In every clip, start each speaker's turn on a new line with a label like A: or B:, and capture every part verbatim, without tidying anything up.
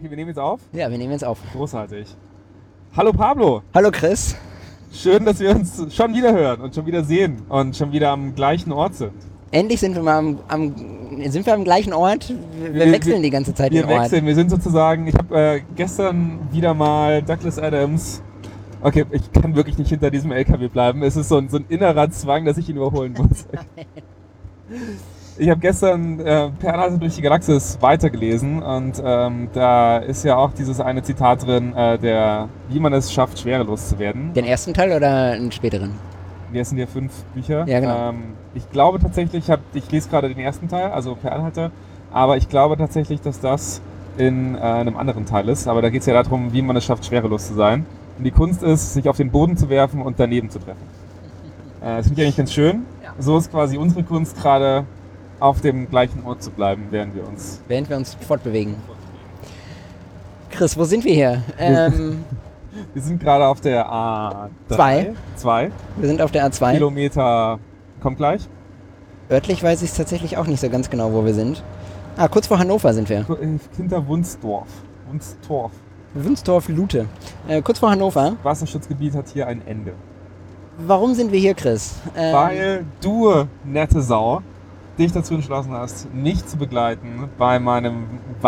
A: Okay, wir nehmen jetzt auf?
B: Ja, wir nehmen jetzt auf.
A: Großartig. Hallo Pablo.
B: Hallo Chris.
A: Schön, dass wir uns schon wieder hören und schon wieder sehen und schon wieder am gleichen Ort sind.
B: Endlich sind wir mal am, am, sind wir am gleichen Ort. Wir, wir wechseln wir, die ganze Zeit
A: wir
B: den Ort.
A: Wir wechseln, wir sind sozusagen, ich habe äh, gestern wieder mal Douglas Adams. Okay, ich kann wirklich nicht hinter diesem L K W bleiben. Es ist so ein, so ein innerer Zwang, dass ich ihn überholen muss. Ich habe gestern äh, Perlenreise durch die Galaxis weitergelesen und ähm, da ist ja auch dieses eine Zitat drin, äh, der, wie man es schafft, schwerelos zu werden.
B: Den ersten Teil oder einen späteren?
A: Wir sind ja fünf Bücher.
B: Ja, genau.
A: Ähm, ich glaube tatsächlich, ich, hab, ich lese gerade den ersten Teil, also Per Anhalter, aber ich glaube tatsächlich, dass das in äh, einem anderen Teil ist. Aber da geht es ja darum, wie man es schafft, schwerelos zu sein. Und die Kunst ist, sich auf den Boden zu werfen und daneben zu treffen. Äh, das finde ich eigentlich ganz schön. Ja. So ist quasi unsere Kunst gerade, auf dem gleichen Ort zu bleiben, während wir uns...
B: Während wir uns fortbewegen. Chris, wo sind wir hier? Ähm,
A: wir sind gerade auf der A
B: zwei.
A: zwei.
B: Wir sind auf der A zwei.
A: Kilometer kommt gleich.
B: Örtlich weiß ich es tatsächlich auch nicht so ganz genau, wo wir sind. Ah, kurz vor Hannover sind wir.
A: Hinter Wunstorf. Wunstorf.
B: Wunstorf-Lute. Äh, kurz vor Hannover.
A: Das Wasserschutzgebiet hat hier ein Ende.
B: Warum sind wir hier, Chris?
A: Ähm, Weil du, nette Sau, dich dazu entschlossen hast, mich zu begleiten bei meinem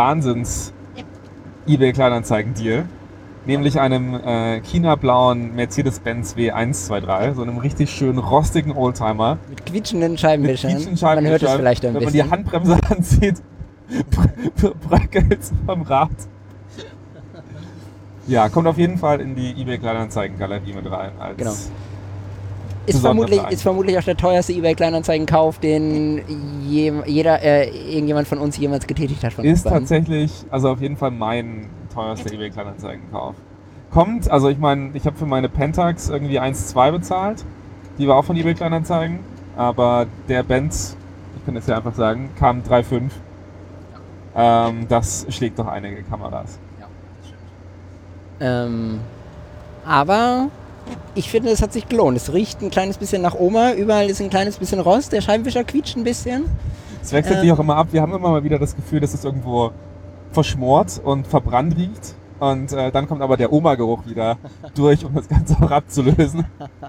A: Wahnsinns-eBay-Kleinanzeigen-Deal. Nämlich einem äh, China-blauen Mercedes-Benz W eins zwei drei, so einem richtig schönen rostigen Oldtimer.
B: Mit quietschenden Scheibenwischern.
A: Mit quietschenden Scheibenwischern.
B: Man hört es vielleicht ein
A: Wenn
B: bisschen.
A: Wenn man die Handbremse anzieht, bröckelt es vom Rad. Ja, kommt auf jeden Fall in die eBay-Kleinanzeigen-Galerie mit rein. Als
B: genau. Ist vermutlich, ist vermutlich auch der teuerste eBay-Kleinanzeigen-Kauf, den je, jeder, äh, irgendjemand von uns jemals getätigt hat. Von
A: ist tatsächlich, also auf jeden Fall mein teuerster eBay-Kleinanzeigen-Kauf. Kommt, also ich meine, ich habe für meine Pentax irgendwie eins Komma zwei bezahlt. Die war auch von eBay-Kleinanzeigen. Aber der Benz, ich kann es ja einfach sagen, kam drei Komma fünf. Ja. Ähm, das schlägt doch einige Kameras.
B: Ja, das stimmt. Ähm, aber... Ich finde, es hat sich gelohnt. Es riecht ein kleines bisschen nach Oma, überall ist ein kleines bisschen Rost, der Scheibenwischer quietscht ein bisschen.
A: Es wechselt ähm, sich auch immer ab. Wir haben immer mal wieder das Gefühl, dass es irgendwo verschmort und verbrannt riecht. Und äh, dann kommt aber der Oma-Geruch wieder durch, um das Ganze auch abzulösen.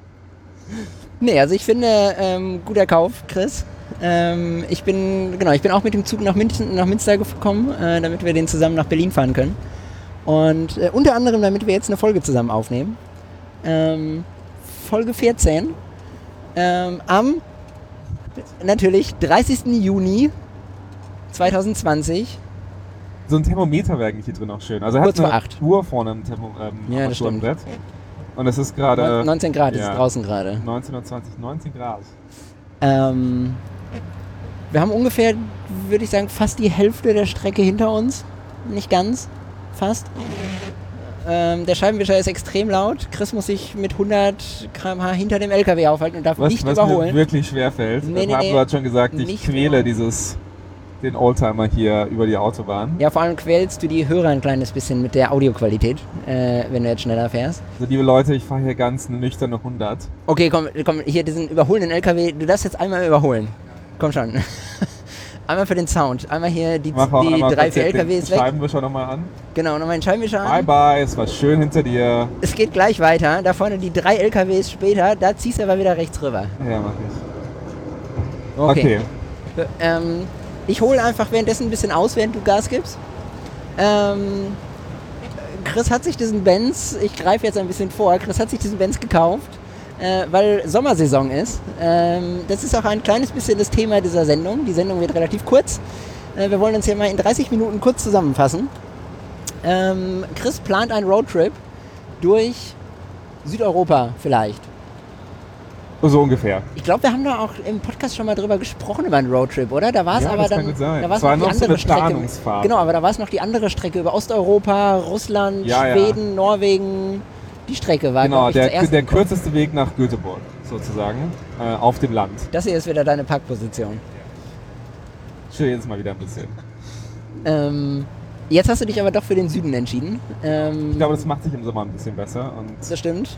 B: Nee, also ich finde, ähm, guter Kauf, Chris. Ähm, ich bin, genau, ich bin auch mit dem Zug nach Münster, nach Münster gekommen, äh, damit wir den zusammen nach Berlin fahren können. Und äh, unter anderem, damit wir jetzt eine Folge zusammen aufnehmen. Ähm, Folge vierzehn ähm, am natürlich dreißigsten Juni zweitausendzwanzig.
A: So ein Thermometer wäre eigentlich hier drin auch schön. Also er
B: Kurz
A: hat
B: vor
A: eine
B: acht.
A: Uhr vorne im Tempo, ähm,
B: ja, das stimmt.
A: Und es ist gerade
B: neunzehn Grad ja, ist es draußen gerade.
A: neunzehn Uhr zwanzig, neunzehn Grad.
B: Ähm, wir haben ungefähr, würde ich sagen, fast die Hälfte der Strecke hinter uns. Nicht ganz, fast. Ähm, der Scheibenwischer ist extrem laut. Chris muss sich mit hundert Kilometer pro Stunde hinter dem L K W aufhalten und darf
A: was,
B: nicht
A: was
B: überholen.
A: Was mir wirklich schwer fällt.
B: Nee, nee,
A: Pablo
B: nee,
A: hat schon gesagt, ich quäle
B: überholen.
A: dieses, den Oldtimer hier über die Autobahn.
B: Ja, vor allem quälst du die Hörer ein kleines bisschen mit der Audioqualität, äh, wenn du jetzt schneller fährst.
A: Also liebe Leute, ich fahre hier ganz eine nüchterne hundert.
B: Okay, komm, komm, hier diesen überholenden L K W, du darfst jetzt einmal überholen. Komm schon. Einmal für den Sound. Einmal hier die, die drei, vier L K Ws weg.
A: Scheibenwischer nochmal an.
B: Genau, nochmal den Scheibenwischer an.
A: Bye bye, es war schön hinter dir.
B: Es geht gleich weiter. Da vorne die drei L K Ws später, da ziehst du aber wieder rechts rüber.
A: Ja, mach ich.
B: Okay. okay. Ähm, ich hole einfach währenddessen ein bisschen aus, während du Gas gibst. Ähm, Chris hat sich diesen Benz, ich greife jetzt ein bisschen vor, Chris hat sich diesen Benz gekauft. Äh, weil Sommersaison ist. Ähm, das ist auch ein kleines bisschen das Thema dieser Sendung. Die Sendung wird relativ kurz. Äh, wir wollen uns hier mal in dreißig Minuten kurz zusammenfassen. Ähm, Chris plant einen Roadtrip durch Südeuropa vielleicht.
A: So ungefähr.
B: Ich glaube, wir haben da auch im Podcast schon mal drüber gesprochen, über einen Roadtrip, oder? Da war es
A: ja,
B: aber
A: das
B: dann.
A: Kann gut sein.
B: Da war es
A: war
B: noch die
A: noch
B: andere
A: so eine
B: Strecke.
A: Planungsfahrt.
B: Genau, aber da war es noch die andere Strecke über Osteuropa, Russland,
A: ja,
B: Schweden,
A: ja.
B: Norwegen. Die Strecke war,
A: genau,
B: ich,
A: der, der kürzeste Weg nach Göteborg, sozusagen, äh, auf dem Land.
B: Das hier ist wieder deine Parkposition.
A: Schön, jetzt mal wieder ein bisschen.
B: Ähm, jetzt hast du dich aber doch für den Süden entschieden. Ähm,
A: ich glaube, das macht sich im Sommer ein bisschen besser. Und
B: das stimmt.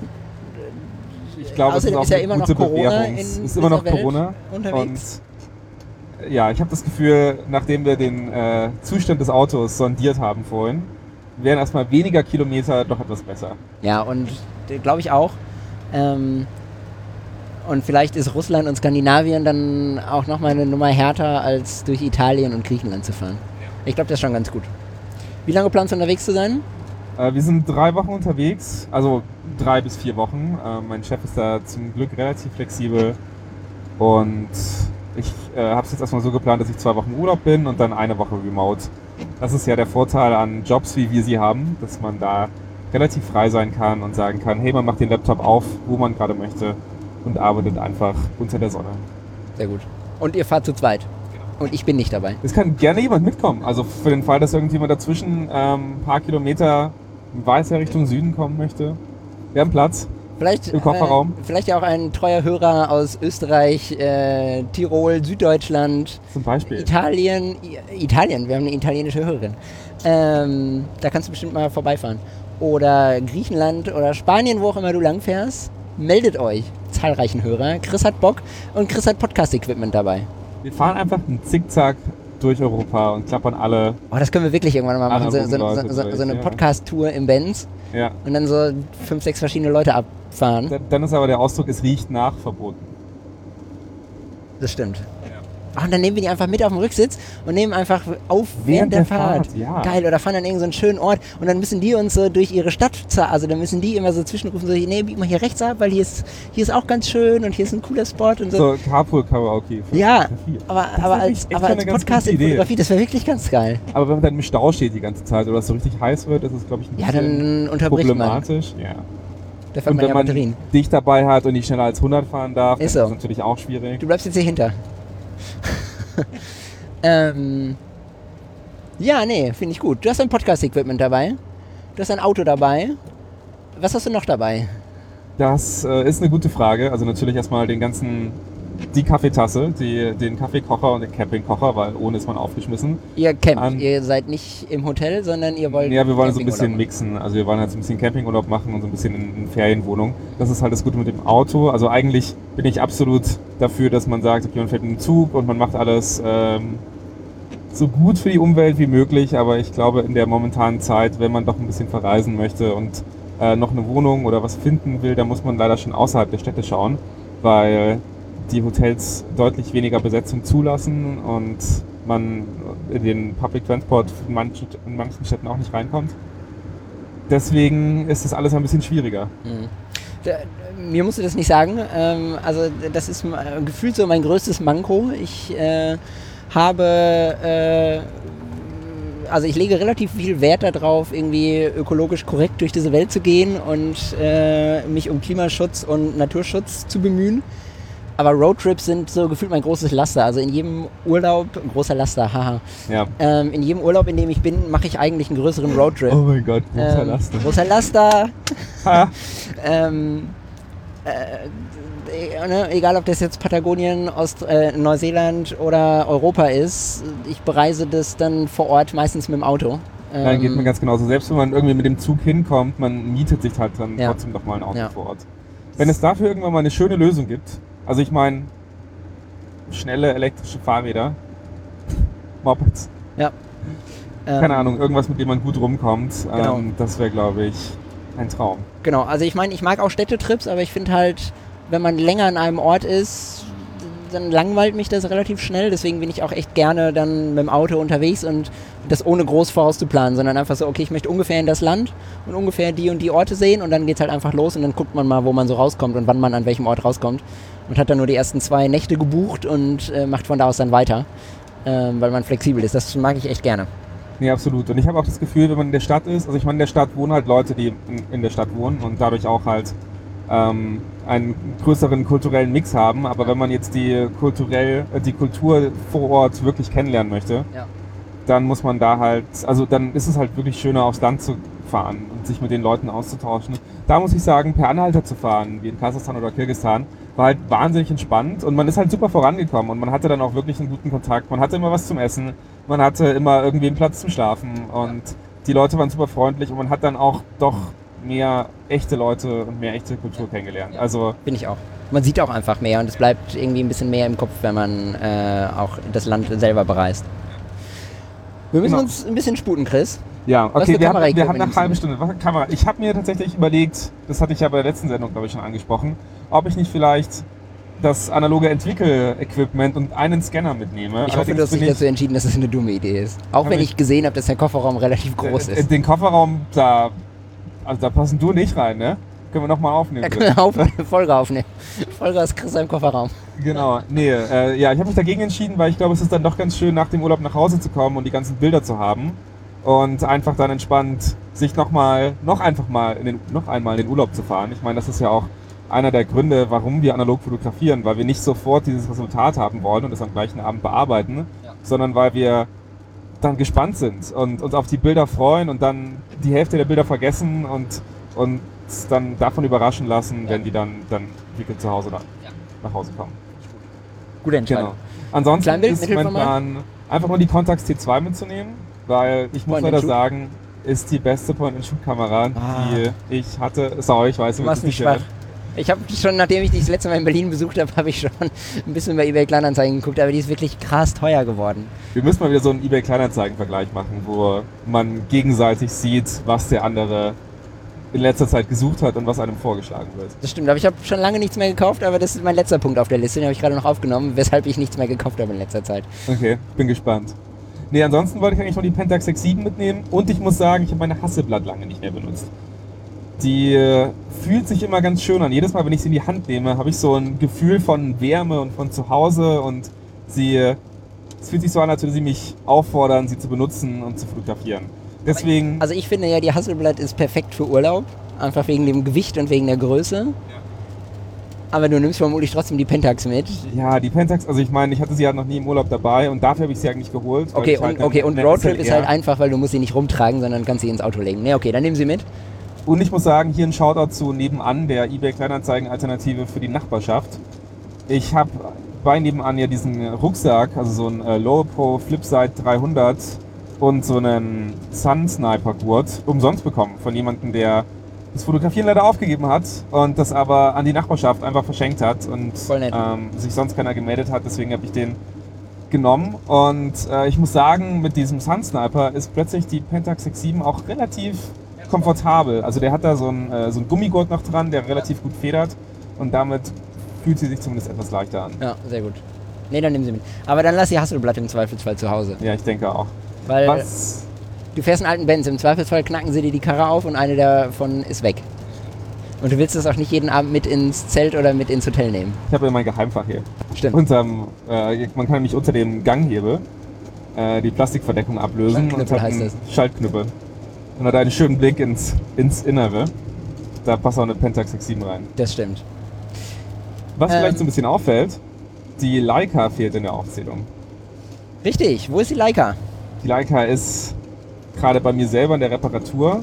A: Ich glaube,
B: Außerdem
A: es ist,
B: ist ja immer noch Corona in
A: Es ist immer noch
B: Welt
A: Corona
B: unterwegs.
A: Und ja, ich habe das Gefühl, nachdem wir den äh, Zustand des Autos sondiert haben vorhin, wären erstmal weniger Kilometer doch etwas besser.
B: Ja, und glaube ich auch. Ähm, und vielleicht ist Russland und Skandinavien dann auch nochmal eine Nummer härter, als durch Italien und Griechenland zu fahren. Ja. Ich glaube, das ist schon ganz gut. Wie lange planst du unterwegs zu sein?
A: Äh, wir sind drei Wochen unterwegs, also drei bis vier Wochen. Äh, mein Chef ist da zum Glück relativ flexibel und ich äh, habe es jetzt erstmal so geplant, dass ich zwei Wochen Urlaub bin und dann eine Woche Remote. Das ist ja der Vorteil an Jobs, wie wir sie haben, dass man da relativ frei sein kann und sagen kann, hey, man macht den Laptop auf, wo man gerade möchte und arbeitet einfach unter der Sonne.
B: Sehr gut. Und ihr fahrt zu zweit? Genau. Und ich bin nicht dabei?
A: Es kann gerne jemand mitkommen. Also für den Fall, dass irgendjemand dazwischen ähm, ein paar Kilometer weiter Richtung Süden kommen möchte. Wir haben Platz.
B: Vielleicht,
A: im Kofferraum.
B: Äh, vielleicht ja auch ein treuer Hörer aus Österreich, äh, Tirol, Süddeutschland.
A: Zum Beispiel.
B: Italien. I- Italien, wir haben eine italienische Hörerin. Ähm, da kannst du bestimmt mal vorbeifahren. Oder Griechenland oder Spanien, wo auch immer du langfährst. Meldet euch, zahlreichen Hörer. Chris hat Bock und Chris hat Podcast-Equipment dabei.
A: Wir fahren einfach einen Zickzack durch Europa und klappern alle.
B: Oh, das können wir wirklich irgendwann mal machen. So, so, so, so,
A: durch,
B: so eine
A: ja.
B: Podcast-Tour im Benz.
A: Ja.
B: Und dann so fünf, sechs verschiedene Leute abfahren.
A: Da, dann ist aber der Ausdruck, es riecht nach verboten.
B: Das stimmt. Ach, und dann nehmen wir die einfach mit auf den Rücksitz und nehmen einfach auf während, während der, der Fahrt. Fahrt ja. Geil, oder fahren an irgendeinen so schönen Ort und dann müssen die uns so durch ihre Stadt, also dann müssen die immer so zwischenrufen, so, nee, bieg mal hier rechts ab, weil hier ist, hier ist auch ganz schön und hier ist ein cooler Spot und so.
A: So Carpool-Karaoke.
B: Ja, aber, aber als, aber als Podcast in Fotografie, das wäre wirklich ganz geil.
A: Aber wenn man dann im Stau steht die ganze Zeit oder es so richtig heiß wird, ist es, glaube ich, ein
B: ja, bisschen dann problematisch.
A: Man. Ja.
B: Da fährt
A: und
B: man
A: wenn
B: ja
A: man
B: Batterien.
A: dich dabei hat und nicht schneller als hundert fahren darf,
B: ist
A: so.
B: Das
A: ist natürlich auch schwierig.
B: Du bleibst jetzt hier hinter. ähm, ja, nee, finde ich gut. Du hast ein Podcast-Equipment dabei. Du hast ein Auto dabei. Was hast du noch dabei?
A: Das äh, ist eine gute Frage. Also natürlich erstmal den ganzen, die Kaffeetasse, die, den Kaffeekocher und den Campingkocher, weil ohne ist man aufgeschmissen.
B: Ihr campt, An, ihr seid nicht im Hotel, sondern ihr wollt
A: Ja, wir wollen so ein bisschen mixen. Also wir wollen halt so ein bisschen Campingurlaub machen und so ein bisschen in, in Ferienwohnung. Das ist halt das Gute mit dem Auto. Also eigentlich bin ich absolut dafür, dass man sagt, okay, man fährt in den Zug und man macht alles ähm, so gut für die Umwelt wie möglich. Aber ich glaube, in der momentanen Zeit, wenn man doch ein bisschen verreisen möchte und äh, noch eine Wohnung oder was finden will, dann muss man leider schon außerhalb der Städte schauen, weil die Hotels deutlich weniger Besetzung zulassen und man in den Public Transport in manchen, in manchen Städten auch nicht reinkommt. Deswegen ist das alles ein bisschen schwieriger.
B: Mhm. Da, mir musst du das nicht sagen. Ähm, also das ist gefühlt so mein größtes Manko. Ich äh, habe, äh, also ich lege relativ viel Wert darauf, irgendwie ökologisch korrekt durch diese Welt zu gehen und äh, mich um Klimaschutz und Naturschutz zu bemühen. Aber Roadtrips sind so gefühlt mein großes Laster. Also in jedem Urlaub, großer Laster, haha.
A: Ja.
B: Ähm, in jedem Urlaub, in dem ich bin, mache ich eigentlich einen größeren Roadtrip.
A: Oh mein Gott, großer
B: ähm,
A: Laster.
B: Großer Laster. ähm, äh, ne, egal, ob das jetzt Patagonien, Ost, äh, Neuseeland oder Europa ist, ich bereise das dann vor Ort meistens mit dem Auto.
A: Ähm, ja, geht mir ganz genauso. Selbst wenn man irgendwie mit dem Zug hinkommt, man mietet sich halt dann ja. trotzdem doch mal ein Auto ja. vor Ort. Wenn es dafür irgendwann mal eine schöne Lösung gibt, also ich meine, schnelle elektrische Fahrräder, Mopeds.
B: Ja.
A: Keine
B: ähm,
A: Ahnung, irgendwas, mit dem man gut rumkommt.
B: Genau.
A: Ähm, das wäre, glaube ich, ein Traum.
B: Genau, also ich meine, ich mag auch Städtetrips, aber ich finde halt, wenn man länger an einem Ort ist, dann langweilt mich das relativ schnell. Deswegen bin ich auch echt gerne dann mit dem Auto unterwegs und das ohne groß vorauszuplanen, sondern einfach so, okay, ich möchte ungefähr in das Land und ungefähr die und die Orte sehen und dann geht's halt einfach los und dann guckt man mal, wo man so rauskommt und wann man an welchem Ort rauskommt und hat dann nur die ersten zwei Nächte gebucht und äh, macht von da aus dann weiter, äh, weil man flexibel ist. Das mag ich echt gerne.
A: Nee, absolut. Und ich habe auch das Gefühl, wenn man in der Stadt ist, also ich meine, in der Stadt wohnen halt Leute, die in, in der Stadt wohnen und dadurch auch halt ähm, einen größeren kulturellen Mix haben. Aber wenn man jetzt die kulturell, äh, die Kultur vor Ort wirklich kennenlernen möchte,
B: ja.
A: dann muss man da halt, also dann ist es halt wirklich schöner, aufs Land zu fahren und sich mit den Leuten auszutauschen. Da muss ich sagen, per Anhalter zu fahren, wie in Kasachstan oder Kirgisistan, war halt wahnsinnig entspannt und man ist halt super vorangekommen und man hatte dann auch wirklich einen guten Kontakt. Man hatte immer was zum Essen, man hatte immer irgendwie einen Platz zum Schlafen und die Leute waren super freundlich und man hat dann auch doch mehr echte Leute und mehr echte Kultur kennengelernt. Also
B: bin ich auch. Man sieht auch einfach mehr und es bleibt irgendwie ein bisschen mehr im Kopf, wenn man äh, auch das Land selber bereist. Wir müssen genau. uns ein bisschen sputen, Chris.
A: Ja,
B: Was
A: okay,
B: für
A: wir haben, wir
B: Kameraequipment
A: haben eine
B: nimmst du
A: halbe
B: mit?
A: Stunde. Was- Kamera. Ich habe mir tatsächlich überlegt, das hatte ich ja bei der letzten Sendung, glaube ich, schon angesprochen, ob ich nicht vielleicht das analoge Entwickel-Equipment und einen Scanner mitnehme.
B: Ich hoffe, du hast dich
A: bin
B: dazu entschieden, dass es eine dumme Idee ist. Auch
A: Hab
B: wenn
A: ich-
B: ich gesehen habe, dass der Kofferraum relativ groß
A: äh,
B: ist.
A: Den Kofferraum, da, also da passen du nicht rein, ne? Können wir nochmal aufnehmen.
B: Da
A: bitte?
B: können wir aufnehmen, Folge aufnehmen. Folge aus Chris im Kofferraum.
A: Genau, nee, äh, ja, ich habe mich dagegen entschieden, weil ich glaube, es ist dann doch ganz schön, nach dem Urlaub nach Hause zu kommen und die ganzen Bilder zu haben und einfach dann entspannt sich noch mal, noch einfach mal, in den, noch einmal in den Urlaub zu fahren. Ich meine, das ist ja auch einer der Gründe, warum wir analog fotografieren, weil wir nicht sofort dieses Resultat haben wollen und es am gleichen Abend bearbeiten,
B: Ja.
A: sondern weil wir dann gespannt sind und uns auf die Bilder freuen und dann die Hälfte der Bilder vergessen und, und uns dann davon überraschen lassen,
B: Ja.
A: wenn die dann, dann wirklich zu Hause dann
B: Ja.
A: nach Hause kommen.
B: Gute Entscheidung.
A: Genau. Ansonsten
B: Kleinbild,
A: ist mein
B: Mittelformat?
A: Plan, einfach nur die Contax T zwei mitzunehmen, weil ich muss
B: Point and
A: leider
B: Shoot?
A: sagen, ist die beste Point-and-Shoot-Kamera,
B: Ah.
A: die ich hatte. Sorry, ich weiß,
B: Du
A: du
B: machst
A: wirst
B: mich
A: nicht hören.
B: schwach. Ich habe schon, nachdem ich dich das letzte Mal in Berlin besucht habe, habe ich schon ein bisschen bei eBay Kleinanzeigen geguckt, aber die ist wirklich krass teuer geworden.
A: Wir müssen mal wieder so einen eBay Kleinanzeigen-Vergleich machen, wo man gegenseitig sieht, was der andere in letzter Zeit gesucht hat und was einem vorgeschlagen wird.
B: Das stimmt, aber ich habe schon lange nichts mehr gekauft, aber das ist mein letzter Punkt auf der Liste, den habe ich gerade noch aufgenommen, weshalb ich nichts mehr gekauft habe in letzter Zeit.
A: Okay, bin gespannt. Nee, ansonsten wollte ich eigentlich noch die Pentax sechs sieben mitnehmen und ich muss sagen, ich habe meine Hasselblad lange nicht mehr benutzt. Die äh, fühlt sich immer ganz schön an. Jedes Mal, wenn ich sie in die Hand nehme, habe ich so ein Gefühl von Wärme und von zu Hause und sie, äh, es fühlt sich so an, als würde sie mich auffordern, sie zu benutzen und zu fotografieren. Deswegen,
B: Also ich finde ja, die Hasselblad ist perfekt für Urlaub, einfach wegen dem Gewicht und wegen der Größe. Aber du nimmst vermutlich trotzdem die Pentax mit.
A: ja, die Pentax, also ich meine, ich hatte sie halt noch nie im Urlaub dabei und dafür habe ich sie eigentlich geholt. weil
B: Okay,
A: ich halt
B: und, okay,
A: eine-
B: und
A: eine
B: Roadtrip ist
A: S L R
B: halt einfach, weil du musst sie nicht rumtragen, sondern kannst sie ins Auto legen. Ne, okay, dann nehmen sie mit.
A: Und ich muss sagen, hier ein Shoutout zu nebenan, der eBay Kleinanzeigen-Alternative für die Nachbarschaft. Ich habe bei nebenan ja diesen Rucksack, also so ein äh, Low Pro Flipside dreihundert und so einen Sun Sniper Gurt umsonst bekommen von jemandem, der das Fotografieren leider aufgegeben hat und das aber an die Nachbarschaft einfach verschenkt hat und
B: Voll nett.
A: ähm, sich sonst keiner gemeldet hat. Deswegen habe ich den genommen und äh, ich muss sagen, mit diesem Sun Sniper ist plötzlich die Pentax sechs sieben auch relativ komfortabel. Also der hat da so einen, äh, so einen Gummigurt noch dran, der relativ gut federt und damit fühlt sie sich zumindest etwas leichter an.
B: Ja, sehr gut. Ne, dann nehmen sie mit. Aber dann lass die Hasselblatt im Zweifelsfall zu Hause.
A: Ja, ich denke auch.
B: Weil
A: Was?
B: du fährst einen alten Benz, im Zweifelsfall knacken sie dir die Karre auf und eine davon ist weg. Und du willst das auch nicht jeden Abend mit ins Zelt oder mit ins Hotel nehmen.
A: Ich habe ja mein Geheimfach hier.
B: Stimmt.
A: Unterm, äh, man kann nämlich unter dem Ganghebel äh, die Plastikverdeckung ablösen und
B: Schaltknüppel
A: hat
B: heißt
A: einen
B: das.
A: Schaltknüppel. Und hat einen schönen Blick ins, ins Innere. Da passt auch eine Pentax sechs sieben rein.
B: Das stimmt.
A: Was
B: Ähm.
A: vielleicht so ein bisschen auffällt, die Leica fehlt in der Aufzählung.
B: Richtig, wo ist die Leica?
A: Die Leica ist gerade bei mir selber in der Reparatur,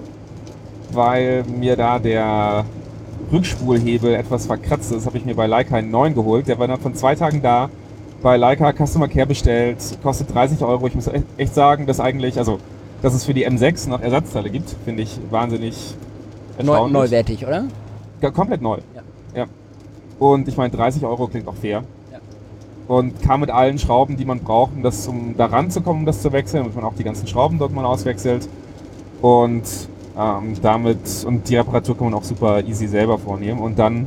A: weil mir da der Rückspulhebel etwas verkratzt ist. Habe ich mir bei Leica einen neuen geholt. Der war dann von zwei Tagen da. Bei Leica Customer Care bestellt, kostet dreißig Euro. Ich muss echt- echt sagen, dass eigentlich, also dass es für die M sechs noch Ersatzteile gibt, finde ich wahnsinnig
B: Neu,
A: erstaunlich.
B: neuwertig, oder?
A: Ja, komplett neu.
B: Ja.
A: Ja. Und ich meine, dreißig Euro klingt auch fair.
B: Ja.
A: Und kam mit allen Schrauben, die man braucht, um, das, um da ranzukommen, um das zu wechseln, damit man auch die ganzen Schrauben dort mal auswechselt. Und ähm, damit, und die Reparatur kann man auch super easy selber vornehmen. Und dann,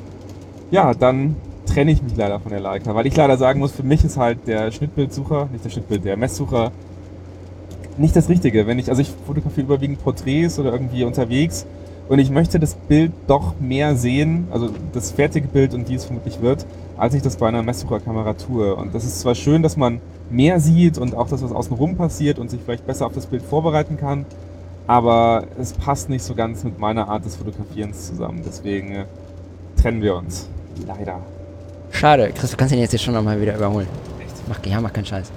A: ja, dann trenne ich mich leider von der Leica, weil ich leider sagen muss, für mich ist halt der Schnittbildsucher, nicht der Schnittbild, der Messsucher nicht das Richtige. Wenn ich, also ich fotografiere überwiegend Porträts oder irgendwie unterwegs und ich möchte das Bild doch mehr sehen, also das fertige Bild und wie es vermutlich wird, als ich das bei einer Messsucherkamera tue. Und das ist zwar schön, dass man mehr sieht und auch das, was außenrum passiert und sich vielleicht besser auf das Bild vorbereiten kann, aber es passt nicht so ganz mit meiner Art des Fotografierens zusammen. Deswegen äh, trennen wir uns. Leider.
B: Schade. Chris, du kannst ihn jetzt schon nochmal wieder überholen.
A: Echt?
B: Mach, ja, mach keinen Scheiß.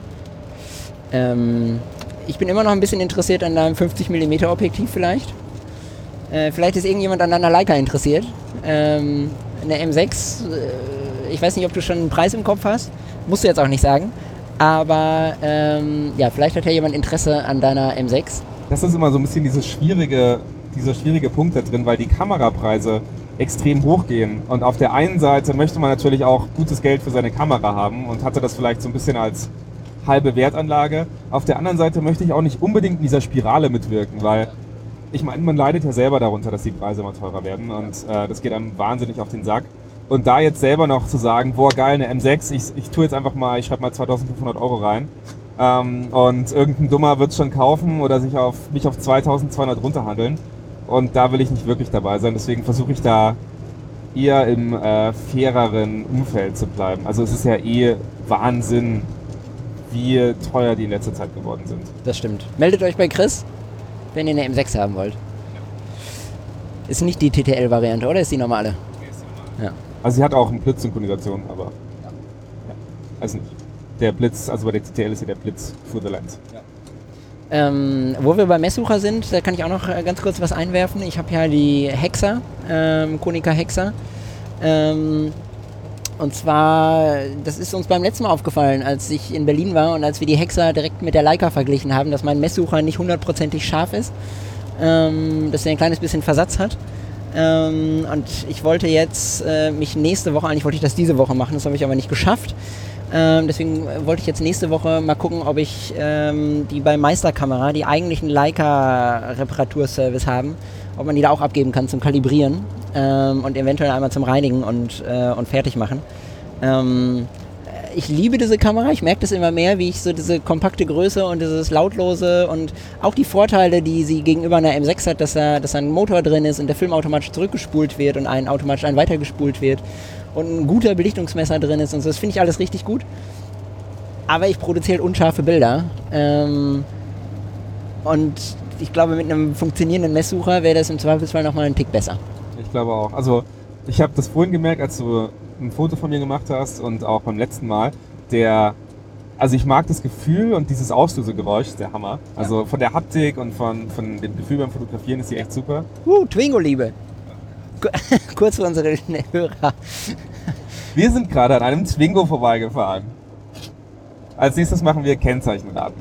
B: Ähm, ich bin immer noch ein bisschen interessiert an deinem fünfzig Millimeter Objektiv vielleicht. Äh, vielleicht ist irgendjemand an deiner Leica interessiert. Ähm, eine M sechs, äh, ich weiß nicht, ob du schon einen Preis im Kopf hast. Musst du jetzt auch nicht sagen. Aber ähm, ja, vielleicht hat ja jemand Interesse an deiner M sechs.
A: Das ist immer so ein bisschen dieses schwierige, dieser schwierige Punkt da drin, weil die Kamerapreise extrem hochgehen. Und auf der einen Seite möchte man natürlich auch gutes Geld für seine Kamera haben und hatte das vielleicht so ein bisschen als halbe Wertanlage. Auf der anderen Seite möchte ich auch nicht unbedingt in dieser Spirale mitwirken, weil ich meine, man leidet ja selber darunter, dass die Preise immer teurer werden und äh, das geht einem wahnsinnig auf den Sack. Und da jetzt selber noch zu sagen, boah geil, eine M sechs, ich, ich tue jetzt einfach mal, ich schreibe mal zweitausendfünfhundert Euro rein ähm, und irgendein Dummer wird es schon kaufen oder sich auf mich auf zweitausendzweihundert runterhandeln und da will ich nicht wirklich dabei sein, deswegen versuche ich da eher im äh, faireren Umfeld zu bleiben. Also es ist ja eh Wahnsinn, wie teuer die in letzter Zeit geworden sind.
B: Das stimmt. Meldet euch bei Chris, wenn ihr eine M sechs haben wollt. Ist nicht die T T L-Variante, oder ist die normale?
A: Nee, ist die normale.
B: Ja.
A: Also sie hat auch eine Blitzsynchronisation, aber ja. Ja. Also nicht. Der Blitz, also bei der T T L ist ja der Blitz für the Lens. Ja.
B: Ähm, wo wir bei Messsucher sind, da kann ich auch noch ganz kurz was einwerfen. Ich habe ja die Hexa, ähm, Konica Hexa. Ähm, und zwar, das ist uns beim letzten Mal aufgefallen, als ich in Berlin war und als wir die Hexa direkt mit der Leica verglichen haben, dass mein Messsucher nicht hundertprozentig scharf ist, ähm, dass er ein kleines bisschen Versatz hat. Ähm, und ich wollte jetzt äh, mich nächste Woche, eigentlich wollte ich das diese Woche machen, das habe ich aber nicht geschafft. Ähm, deswegen wollte ich jetzt nächste Woche mal gucken, ob ich ähm, die bei Meisterkamera, die eigentlich einen Leica-Reparaturservice haben, ob man die da auch abgeben kann zum Kalibrieren ähm, und eventuell einmal zum Reinigen und, äh, und fertig machen. Ähm, ich liebe diese Kamera, ich merke das immer mehr, wie ich so diese kompakte Größe und dieses lautlose und auch die Vorteile, die sie gegenüber einer M sechs hat, dass da, dass da ein Motor drin ist und der Film automatisch zurückgespult wird und ein automatisch ein weitergespult wird und ein guter Belichtungsmesser drin ist und so, das finde ich alles richtig gut. Aber ich produziere unscharfe Bilder ähm, und ich glaube, mit einem funktionierenden Messsucher wäre das im Zweifelsfall nochmal einen Tick besser.
A: Ich glaube auch. Also ich habe das vorhin gemerkt, als du ein Foto von mir gemacht hast und auch beim letzten Mal, der, also ich mag das Gefühl und dieses Auslösegeräusch, ist der Hammer. Also von der Haptik und von, von dem Gefühl beim Fotografieren ist die echt super.
B: Uh, Twingo-Liebe. Kurz für unsere Hörer.
A: Wir sind gerade an einem Twingo vorbeigefahren. Als nächstes machen wir Kennzeichenraten.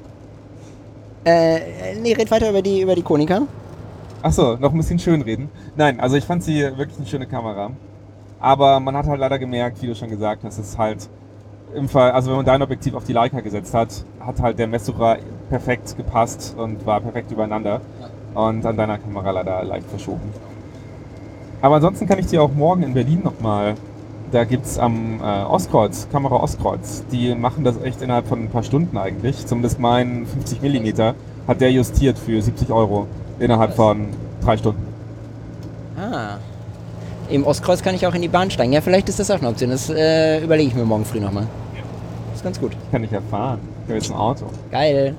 B: Äh, nee, red weiter über die, über die Konica.
A: Achso, noch ein bisschen schönreden. Nein, also ich fand sie wirklich eine schöne Kamera. Aber man hat halt leider gemerkt, wie du schon gesagt hast, es ist halt im Fall, also wenn man dein Objektiv auf die Leica gesetzt hat, hat halt der Messsucher perfekt gepasst und war perfekt übereinander. Und an deiner Kamera leider leicht verschoben. Aber ansonsten kann ich dir auch morgen in Berlin nochmal, da gibt's am äh, Ostkreuz, Kamera Ostkreuz, die machen das echt innerhalb von ein paar Stunden eigentlich. Zumindest mein fünfzig Millimeter hat der justiert für siebzig Euro innerhalb von drei Stunden.
B: Ah. Im Ostkreuz kann ich auch in die Bahn steigen. Ja, vielleicht ist das auch eine Option. Das äh, überlege ich mir morgen früh nochmal. Ja. Das ist ganz gut.
A: Kann ich ja fahren. Ich habe jetzt ein Auto.
B: Geil.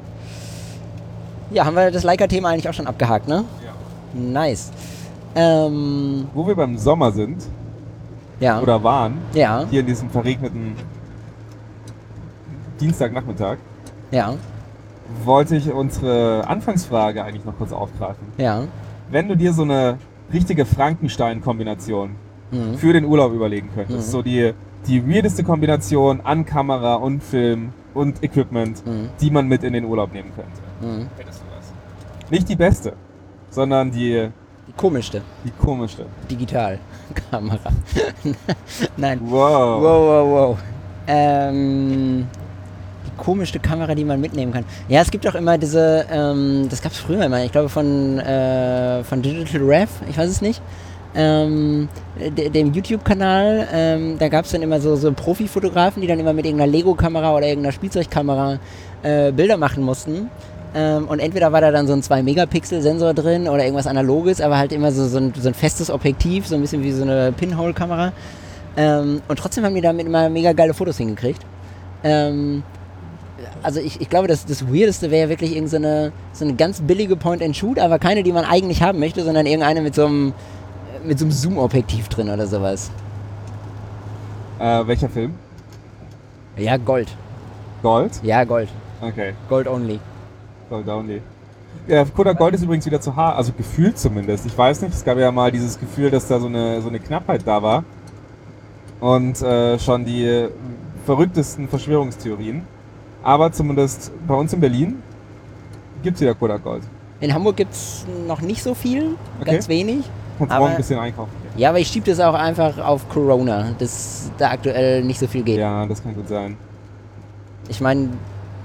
B: Ja, haben wir das Leica-Thema eigentlich auch schon abgehakt, ne? Ja. Nice. Ähm,
A: Wo wir beim Sommer sind,
B: ja.
A: oder waren,
B: ja.
A: hier in diesem verregneten Dienstagnachmittag,
B: ja.
A: wollte ich unsere Anfangsfrage eigentlich noch kurz aufgreifen.
B: Ja.
A: Wenn du dir so eine richtige Frankenstein-Kombination mhm. für den Urlaub überlegen könntest, mhm. so die, die weirdeste Kombination an Kamera und Film und Equipment, mhm. die man mit in den Urlaub nehmen könnte. Mhm. Hättest du das? Nicht die beste, sondern die...
B: Die komischste.
A: Die komischste.
B: Digitalkamera. Nein.
A: Wow.
B: Wow, wow, wow. Ähm... Die komischste Kamera, die man mitnehmen kann. Ja, es gibt auch immer diese, ähm, das gab es früher immer, ich glaube von, äh, von Digital Rev, ich weiß es nicht, ähm, de, dem YouTube-Kanal, ähm, da gab es dann immer so, so Profi-Fotografen, die dann immer mit irgendeiner Lego-Kamera oder irgendeiner Spielzeugkamera äh, Bilder machen mussten. Ähm, und entweder war da dann so ein zwei Megapixel Sensor drin oder irgendwas Analoges, aber halt immer so, so, ein, so ein festes Objektiv, so ein bisschen wie so eine Pinhole-Kamera. Ähm, und trotzdem haben die damit immer mega geile Fotos hingekriegt. Ähm, Also ich, ich glaube, das, das Weirdeste wäre wirklich irgendeine so eine ganz billige Point-and-Shoot, aber keine, die man eigentlich haben möchte, sondern irgendeine mit so einem, mit so einem Zoom-Objektiv drin oder sowas.
A: Äh, welcher Film?
B: Ja, Gold.
A: Gold?
B: Ja, Gold.
A: Okay.
B: Gold only.
A: Gold only. Ja, Kodak Gold ist übrigens wieder zu hart, also gefühlt zumindest. Ich weiß nicht, es gab ja mal dieses Gefühl, dass da so eine, so eine Knappheit da war. Und äh, schon die verrücktesten Verschwörungstheorien. Aber zumindest bei uns in Berlin gibt es wieder Kodak Gold.
B: In Hamburg gibt es noch nicht so viel,
A: okay.
B: Ganz wenig.
A: Kannst du morgen ein bisschen einkaufen.
B: Ja, aber ich schiebe das auch einfach auf Corona, dass da aktuell nicht so viel geht.
A: Ja, das kann gut sein.
B: Ich meine,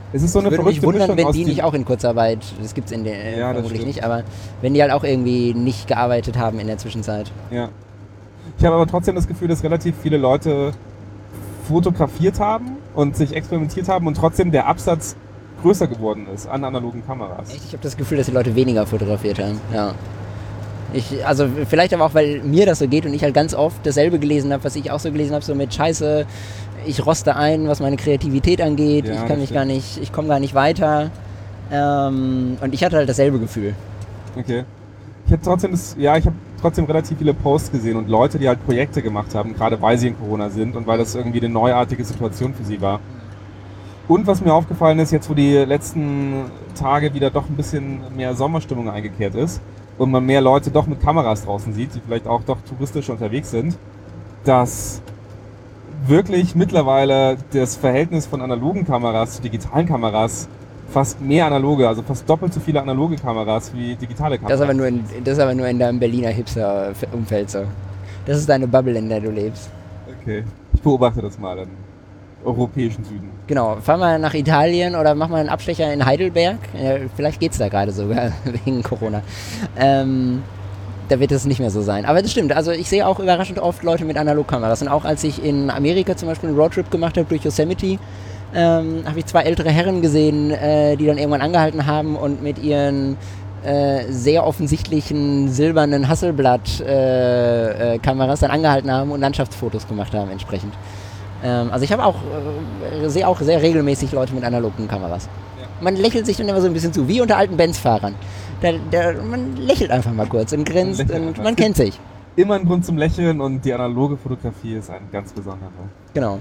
A: Es ist so eine
B: würde mich
A: verrückte
B: wundern,
A: Mischung
B: wenn
A: aus
B: die
A: den-
B: nicht auch in Kurzarbeit, das gibt es in der
A: Ja, das
B: vermutlich
A: stimmt.
B: nicht, aber wenn die halt auch irgendwie nicht gearbeitet haben in der Zwischenzeit.
A: Ja. Ich habe aber trotzdem das Gefühl, dass relativ viele Leute fotografiert haben und sich experimentiert haben und trotzdem der Absatz größer geworden ist an analogen Kameras.
B: Echt? Ich habe das Gefühl, dass die Leute weniger fotografiert haben. Ja. Ich, also vielleicht aber auch, weil mir das so geht und ich halt ganz oft dasselbe gelesen habe, was ich auch so gelesen habe, so mit Scheiße, ich roste ein, was meine Kreativität angeht,
A: Ja,
B: ich
A: das
B: kann mich
A: stimmt.
B: gar nicht, ich komme gar nicht weiter. Ähm, und ich hatte halt dasselbe Gefühl.
A: Okay. Ich habe trotzdem das, ja, ich habe trotzdem relativ viele Posts gesehen und Leute, die halt Projekte gemacht haben, gerade weil sie in Corona sind und weil das irgendwie eine neuartige Situation für sie war. Und was mir aufgefallen ist, jetzt wo die letzten Tage wieder doch ein bisschen mehr Sommerstimmung eingekehrt ist und man mehr Leute doch mit Kameras draußen sieht, die vielleicht auch doch touristisch unterwegs sind, dass wirklich mittlerweile das Verhältnis von analogen Kameras zu digitalen Kameras fast mehr analoge, also fast doppelt so viele analoge Kameras wie digitale Kameras.
B: Das ist aber nur in, das ist aber nur in deinem Berliner Hipster-Umfeld so. Das ist deine Bubble, in der du lebst.
A: Okay, ich beobachte das mal im europäischen Süden.
B: Genau, fahr mal nach Italien oder mach mal einen Abstecher in Heidelberg. Äh, vielleicht geht's da gerade sogar, wegen Corona. Ähm, da wird es nicht mehr so sein. Aber das stimmt, also ich sehe auch überraschend oft Leute mit Analogkameras. Und auch als ich in Amerika zum Beispiel einen Roadtrip gemacht habe durch Yosemite, ähm, habe ich zwei ältere Herren gesehen, äh, die dann irgendwann angehalten haben und mit ihren äh, sehr offensichtlichen silbernen Hasselblad-Kameras äh, äh, dann angehalten haben und Landschaftsfotos gemacht haben entsprechend. Ähm, also ich habe auch, äh, sehe auch sehr regelmäßig Leute mit analogen Kameras.
A: Ja.
B: Man lächelt sich dann immer so ein bisschen zu, wie unter alten Benz-Fahrern. Da, da, man lächelt einfach mal kurz und grinst
A: Man lächelt
B: und
A: einfach.
B: man kennt sich.
A: Immer ein Grund zum Lächeln und die analoge Fotografie ist ein ganz besonderer.
B: Genau.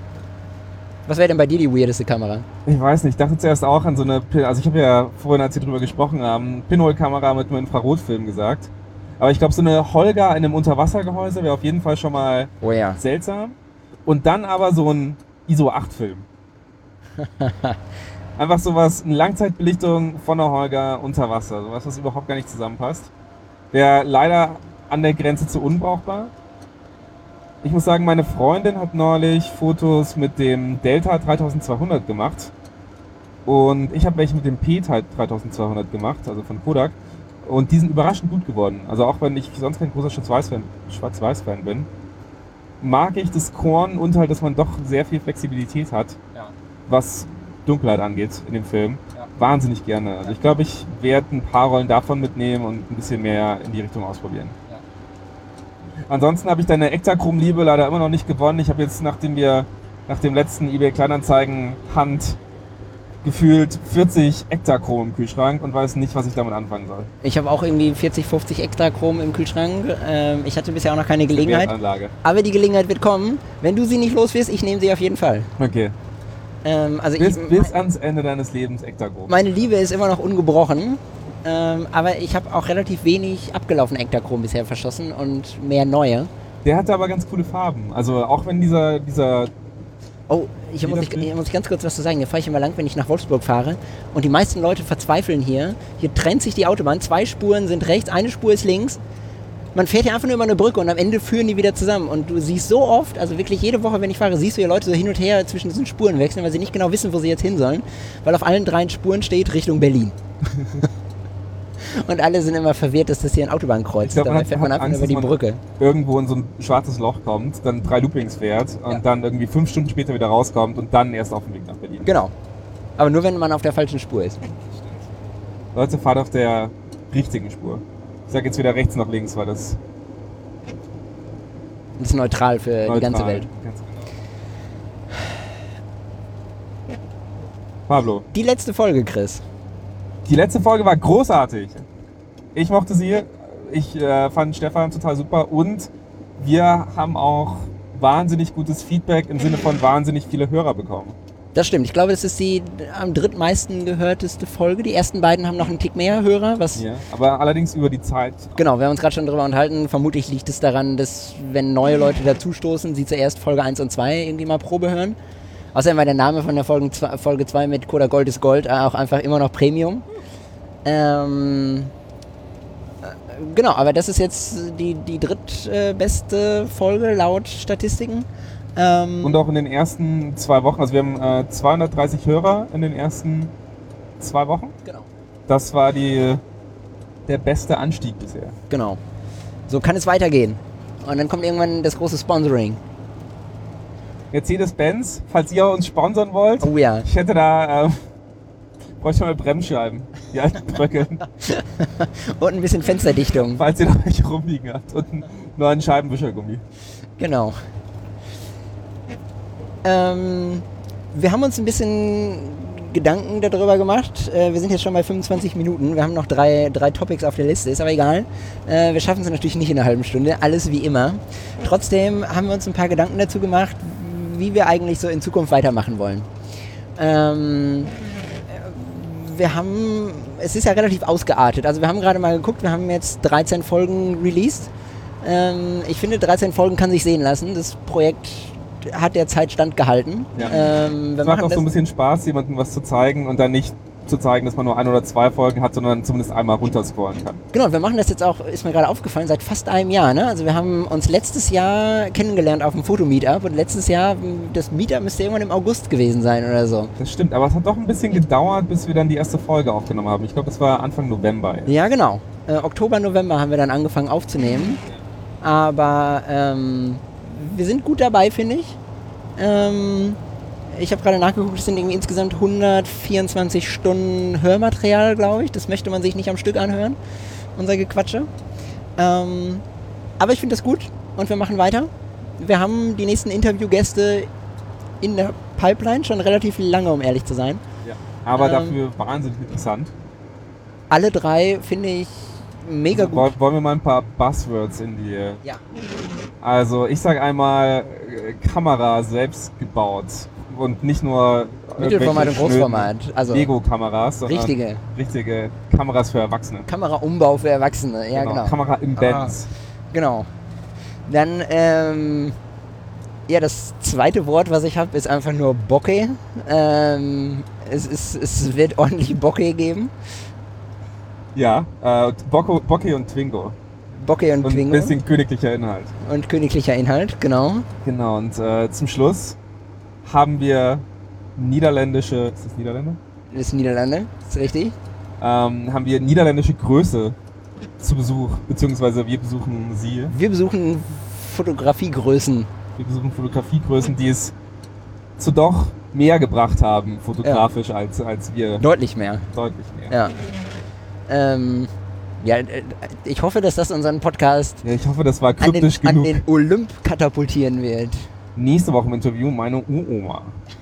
B: Was wäre denn bei dir die weirdeste Kamera?
A: Ich weiß nicht, ich dachte zuerst auch an so eine, Pin- also ich habe ja vorhin, als wir drüber gesprochen haben, Pinhole-Kamera mit einem Infrarotfilm gesagt. Aber ich glaube, so eine Holga in einem Unterwassergehäuse wäre auf jeden Fall schon mal
B: Oh ja.
A: seltsam. Und dann aber so ein I S O acht Film. Einfach sowas, eine Langzeitbelichtung von der Holga unter Wasser. Sowas, was überhaupt gar nicht zusammenpasst. Wäre leider an der Grenze zu unbrauchbar. Ich muss sagen, meine Freundin hat neulich Fotos mit dem Delta dreitausendzweihundert gemacht. Und ich habe welche mit dem P dreitausendzweihundert gemacht, also von Kodak. Und die sind überraschend gut geworden. Also auch wenn ich sonst kein großer Schwarz-Weiß-Fan Schwarz-Weiß-Fan bin, mag ich das Korn und halt, dass man doch sehr viel Flexibilität hat,
B: Ja.
A: was Dunkelheit angeht in dem Film.
B: Ja.
A: Wahnsinnig gerne. Also ich glaube, ich werde ein paar Rollen davon mitnehmen und ein bisschen mehr in die Richtung ausprobieren.
B: Ja.
A: Ansonsten habe ich deine Ektachrom-Liebe leider immer noch nicht gewonnen. Ich habe jetzt, nachdem wir nach dem letzten eBay Kleinanzeigen Hand gefühlt vierzig Ektachrom im Kühlschrank und weiß nicht, was ich damit anfangen soll.
B: Ich habe auch irgendwie vierzig, fünfzig extra Chrom im Kühlschrank. Ähm, ich hatte bisher auch noch keine Gelegenheit.
A: Wertanlage.
B: Aber die Gelegenheit wird kommen. Wenn du sie nicht los wirst, ich nehme sie auf jeden Fall.
A: Okay.
B: Ähm, also
A: Bis,
B: ich,
A: bis ans Ende deines Lebens Ektachrom.
B: meine Liebe ist immer noch ungebrochen. Ähm, aber ich habe auch relativ wenig abgelaufene Ektachrom bisher verschossen und mehr neue.
A: Der hatte aber ganz coole Farben. Also auch wenn dieser, dieser
B: Oh, ich muss, ich, ich muss ganz kurz was zu sagen. Hier fahre ich immer lang, wenn ich nach Wolfsburg fahre. Und die meisten Leute verzweifeln hier. Hier trennt sich die Autobahn. Zwei Spuren sind rechts, eine Spur ist links. Man fährt hier einfach nur über eine Brücke und am Ende führen die wieder zusammen. Und du siehst so oft, also wirklich jede Woche, wenn ich fahre, siehst du hier Leute so hin und her zwischen diesen Spuren wechseln, weil sie nicht genau wissen, wo sie jetzt hin sollen. Weil auf allen drei Spuren steht Richtung Berlin. Und alle sind immer verwirrt, dass das hier ein Autobahnkreuz ist.
A: glaub,
B: Dabei
A: man
B: fährt man
A: hat
B: einfach
A: Angst,
B: nur über die
A: dass man-
B: Brücke.
A: irgendwo in so ein schwarzes Loch kommt, dann drei Loopings fährt und
B: Ja.
A: dann irgendwie fünf Stunden später wieder rauskommt und dann erst auf dem Weg nach Berlin.
B: Genau. Aber nur, wenn man auf der falschen Spur ist.
A: Leute, fahrt auf der richtigen Spur. Ich sag jetzt weder rechts noch links, weil das
B: Das ist neutral für
A: neutral,
B: die ganze Welt.
A: Ganz genau. Pablo,
B: Die letzte Folge, Chris.
A: die letzte Folge war großartig. Ich mochte sie. Ich äh, fand Stefan total super und wir haben auch wahnsinnig gutes Feedback im Sinne von wahnsinnig viele Hörer bekommen.
B: Das stimmt. Ich glaube, das ist die am drittmeisten gehörteste Folge. Die ersten beiden haben noch einen Tick mehr Hörer. Was
A: Ja, aber allerdings über die Zeit.
B: Genau, wir haben uns gerade schon darüber unterhalten. Vermutlich liegt es daran, dass wenn neue Leute dazustoßen, sie zuerst Folge eins und zwei irgendwie mal Probe hören. Außerdem war der Name von der Folge zwei, Folge zwei mit Koda Gold ist Gold auch einfach immer noch Premium. Ähm, äh, genau, aber das ist jetzt die, die drittbeste Folge laut Statistiken. Ähm,
A: Und auch in den ersten zwei Wochen, also wir haben äh, zweihundertdreißig Hörer in den ersten zwei Wochen.
B: Genau.
A: Das war die, der beste Anstieg bisher.
B: Genau. So kann es weitergehen. Und dann kommt irgendwann das große Sponsoring.
A: Mercedes-Benz, falls ihr uns sponsern wollt,
B: Oh ja.
A: ich hätte da, ähm, bräuchte mal Bremsscheiben, die alten Bröckeln,
B: Und ein bisschen Fensterdichtung.
A: falls ihr da welche rumliegen habt und einen neuen Scheibenwischergummi.
B: Genau. Ähm, wir haben uns ein bisschen Gedanken darüber gemacht. Äh, wir sind jetzt schon bei fünfundzwanzig Minuten. Wir haben noch drei, drei Topics auf der Liste, ist aber egal. Äh, wir schaffen es natürlich nicht in einer halben Stunde, alles wie immer. Trotzdem haben wir uns ein paar Gedanken dazu gemacht, wie wir eigentlich so in Zukunft weitermachen wollen. Ähm, wir haben, es ist ja relativ ausgeartet. Also wir haben gerade mal geguckt, wir haben jetzt dreizehn Folgen released. Ähm, ich finde, dreizehn Folgen kann sich sehen lassen. Das Projekt hat der Zeit standgehalten.
A: Ja.
B: Ähm, wir
A: Es macht
B: machen
A: auch
B: das
A: so ein bisschen Spaß, jemandem was zu zeigen und dann nicht zu zeigen, dass man nur ein oder zwei Folgen hat, sondern zumindest einmal runterscrollen kann.
B: Genau, wir machen das jetzt auch, ist mir gerade aufgefallen, seit fast einem Jahr. Ne? Also wir haben uns letztes Jahr kennengelernt auf dem Foto-Meetup und letztes Jahr, das Meetup müsste irgendwann im August gewesen sein oder so.
A: Das stimmt, aber es hat doch ein bisschen gedauert, bis wir dann die erste Folge aufgenommen haben. Ich glaube, das war Anfang November. Jetzt.
B: Ja, genau. Äh, Oktober, November haben wir dann angefangen aufzunehmen. Aber ähm, wir sind gut dabei, finde ich. Ähm, ich habe gerade nachgeguckt, es sind irgendwie insgesamt hundertvierundzwanzig Stunden Hörmaterial, glaube ich. Das möchte man sich nicht am Stück anhören, unser Gequatsche. Ähm, aber ich finde das gut und wir machen weiter. Wir haben die nächsten Interviewgäste in der Pipeline schon relativ lange, um ehrlich zu sein.
A: Ja. Aber
B: Ähm,
A: dafür wahnsinnig interessant.
B: Alle drei finde ich mega
A: Also,
B: gut.
A: woll- wollen wir mal ein paar Buzzwords in die...
B: Ja.
A: Also ich sage einmal, äh, Kamera selbst gebaut. Und nicht nur
B: Mittelformat und
A: irgendwelche
B: Großformat.
A: schnöden
B: Also
A: Lego-Kameras, sondern
B: richtige
A: richtige Kameras für Erwachsene.
B: Kameraumbau für Erwachsene. Ja, genau.
A: Kamera im Benz.
B: Genau. Dann, ähm, ja, das zweite Wort, was ich habe, ist einfach nur Bokeh. Ähm, es, ist, es wird ordentlich Bokeh geben.
A: Ja, äh, Bocco, Bocchi und Twingo.
B: Bokeh und
A: Und ein
B: Twingo.
A: bisschen königlicher Inhalt.
B: Und königlicher Inhalt, genau.
A: Genau, und äh, zum Schluss haben wir niederländische, ist das Niederländer?
B: Das ist Niederlande, ist richtig.
A: Ähm, haben wir niederländische Größe zu Besuch, beziehungsweise wir besuchen sie.
B: Wir besuchen Fotografiegrößen.
A: Wir besuchen Fotografiegrößen, die es zu doch mehr gebracht haben, fotografisch, ja. als, als wir.
B: Deutlich mehr.
A: Deutlich mehr.
B: Ja. Ähm, ja, äh, ich hoffe, dass das unseren Podcast
A: Ja, ich hoffe, das war
B: an den,
A: kryptisch
B: an
A: genug.
B: den Olymp katapultieren wird.
A: Nächste Woche im Interview meine Uroma.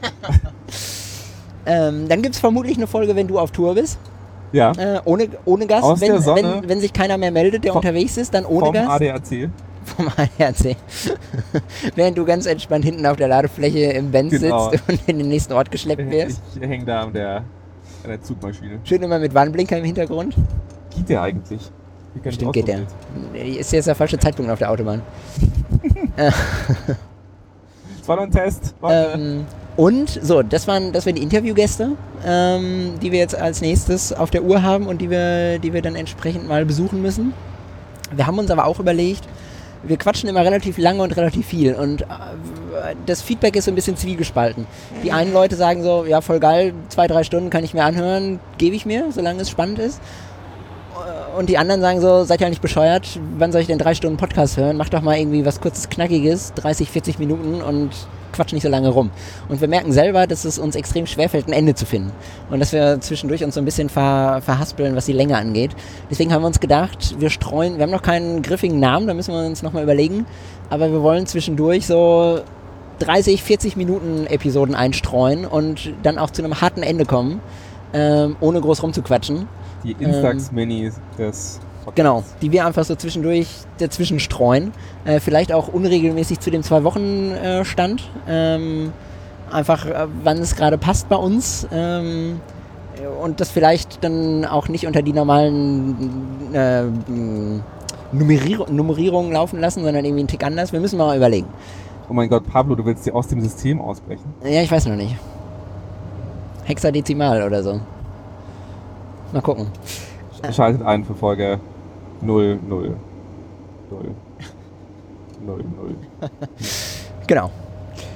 B: Ähm, dann gibt es vermutlich eine Folge, wenn du auf Tour bist.
A: Ja,
B: Äh, ohne, ohne Gast.
A: Aus
B: wenn,
A: der Sonne.
B: wenn, wenn sich keiner mehr meldet, der
A: Vom-
B: unterwegs ist, dann ohne
A: vom
B: Gast.
A: A D A C.
B: Vom A D A C. Während du ganz entspannt hinten auf der Ladefläche im Benz
A: Genau.
B: sitzt und in den nächsten Ort geschleppt wirst.
A: Ich hänge da an der, an der Zugmaschine.
B: Schön immer mit Warnblinker im Hintergrund.
A: Geht der eigentlich? Wie kann ich
B: Stimmt, geht der.
A: ausprobiert?
B: Ist jetzt der falsche Zeitpunkt auf der Autobahn. äh,
A: Das war nur ein Test. Leute.
B: ähm, und so, das waren, das waren die Interviewgäste, ähm, die wir jetzt als nächstes auf der Uhr haben und die wir, die wir dann entsprechend mal besuchen müssen. Wir haben uns aber auch überlegt, wir quatschen immer relativ lange und relativ viel und äh, das Feedback ist so ein bisschen zwiegespalten. Die einen Leute sagen so, ja voll geil, zwei, drei Stunden kann ich mir anhören, gebe ich mir, solange es spannend ist. Und die anderen sagen so, seid ja nicht bescheuert, wann soll ich denn drei Stunden Podcast hören? Mach doch mal irgendwie was kurzes, knackiges, dreißig, vierzig Minuten und quatsch nicht so lange rum. Und wir merken selber, dass es uns extrem schwerfällt, ein Ende zu finden. Und dass wir zwischendurch uns so ein bisschen ver, verhaspeln, was die Länge angeht. Deswegen haben wir uns gedacht, wir streuen, wir haben noch keinen griffigen Namen, da müssen wir uns nochmal überlegen. Aber wir wollen zwischendurch so dreißig, vierzig Minuten Episoden einstreuen und dann auch zu einem harten Ende kommen, ähm, ohne groß rumzuquatschen.
A: Die Instax-Minis des Podcasts.
B: Genau, die wir einfach so zwischendurch dazwischen streuen. Äh, vielleicht auch unregelmäßig zu dem Zwei-Wochen-Stand. Ähm, einfach, äh, wann es gerade passt bei uns. Ähm, und das vielleicht dann auch nicht unter die normalen äh, Numerier- Nummerierungen laufen lassen, sondern irgendwie einen Tick anders. Wir müssen mal überlegen.
A: Oh mein Gott, Pablo, du willst dir aus dem System ausbrechen?
B: Ja, ich weiß noch nicht. Hexadezimal oder so. Mal gucken.
A: Schaltet ein für Folge null null null null null.
B: Genau.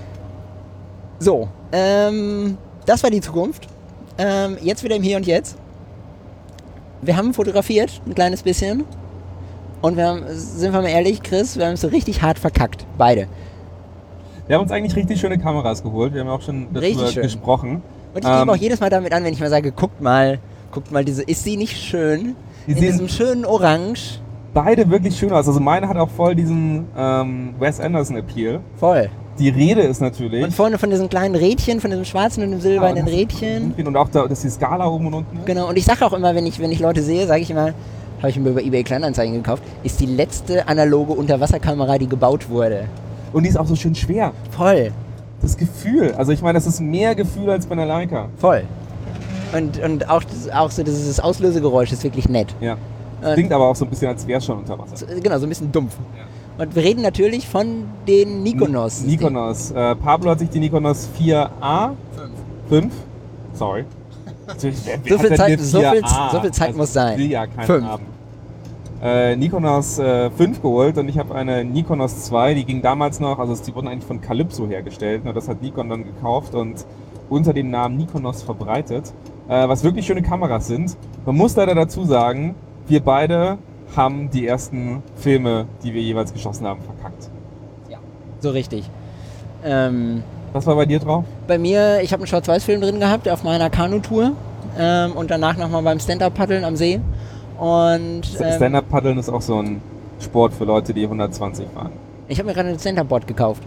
B: So, ähm, das war die Zukunft. Ähm, jetzt wieder im Hier und Jetzt. Wir haben fotografiert, ein kleines bisschen. Und wir haben, sind wir mal ehrlich, Chris, wir haben es so richtig hart verkackt. Beide.
A: Wir haben uns eigentlich richtig schöne Kameras geholt. Wir haben auch schon darüber gesprochen.
B: Und ich ähm, gebe auch jedes Mal damit an, wenn ich mal sage, guckt mal, guckt mal, diese, ist sie nicht schön? Die in diesem schönen Orange.
A: Beide wirklich schön aus. Also meine hat auch voll diesen ähm, Wes Anderson-Appeal.
B: Voll.
A: Die Rede ist natürlich...
B: Und vorne von diesen kleinen Rädchen, von diesem schwarzen und dem silbernen ja, Rädchen.
A: Und auch da, dass die Skala oben und unten ist.
B: Genau, und ich sage auch immer, wenn ich, wenn ich Leute sehe, sage ich immer, habe ich mir über eBay Kleinanzeigen gekauft, ist die letzte analoge Unterwasserkamera, die gebaut wurde.
A: Und die ist auch so schön schwer.
B: Voll.
A: Das Gefühl, also ich meine, das ist mehr Gefühl als bei einer Leica.
B: Voll. Und, und auch, auch so dieses Auslösegeräusch ist wirklich nett.
A: Ja. Das klingt aber auch so ein bisschen, als wäre es schon unter Wasser.
B: So, genau, so ein bisschen dumpf. Ja. Und wir reden natürlich von den Nikonos.
A: Ni- Nikonos. Äh, Pablo hat sich die Nikonos vier A. fünf. Sorry.
B: so, viel Zeit, so, viel, so viel Zeit
A: also
B: muss sein.
A: Will ja keinen haben. Äh, Nikonos äh, fünf geholt und ich habe eine Nikonos zwei, die ging damals noch, also die wurden eigentlich von Calypso hergestellt, nur das hat Nikon dann gekauft und unter dem Namen Nikonos verbreitet, äh, was wirklich schöne Kameras sind. Man muss leider dazu sagen, wir beide haben die ersten Filme, die wir jeweils geschossen haben, verkackt.
B: Ja, so richtig. Ähm,
A: Was war bei dir drauf?
B: Bei mir, ich habe einen Schwarz-Weiß-Film drin gehabt auf meiner Kanu-Tour ähm, und danach nochmal beim Stand-Up-Paddeln am See. Und ähm,
A: Stand-Up-Paddeln ist auch so ein Sport für Leute, die hundertzwanzig fahren.
B: Ich habe mir gerade ein Stand-Up-Board gekauft.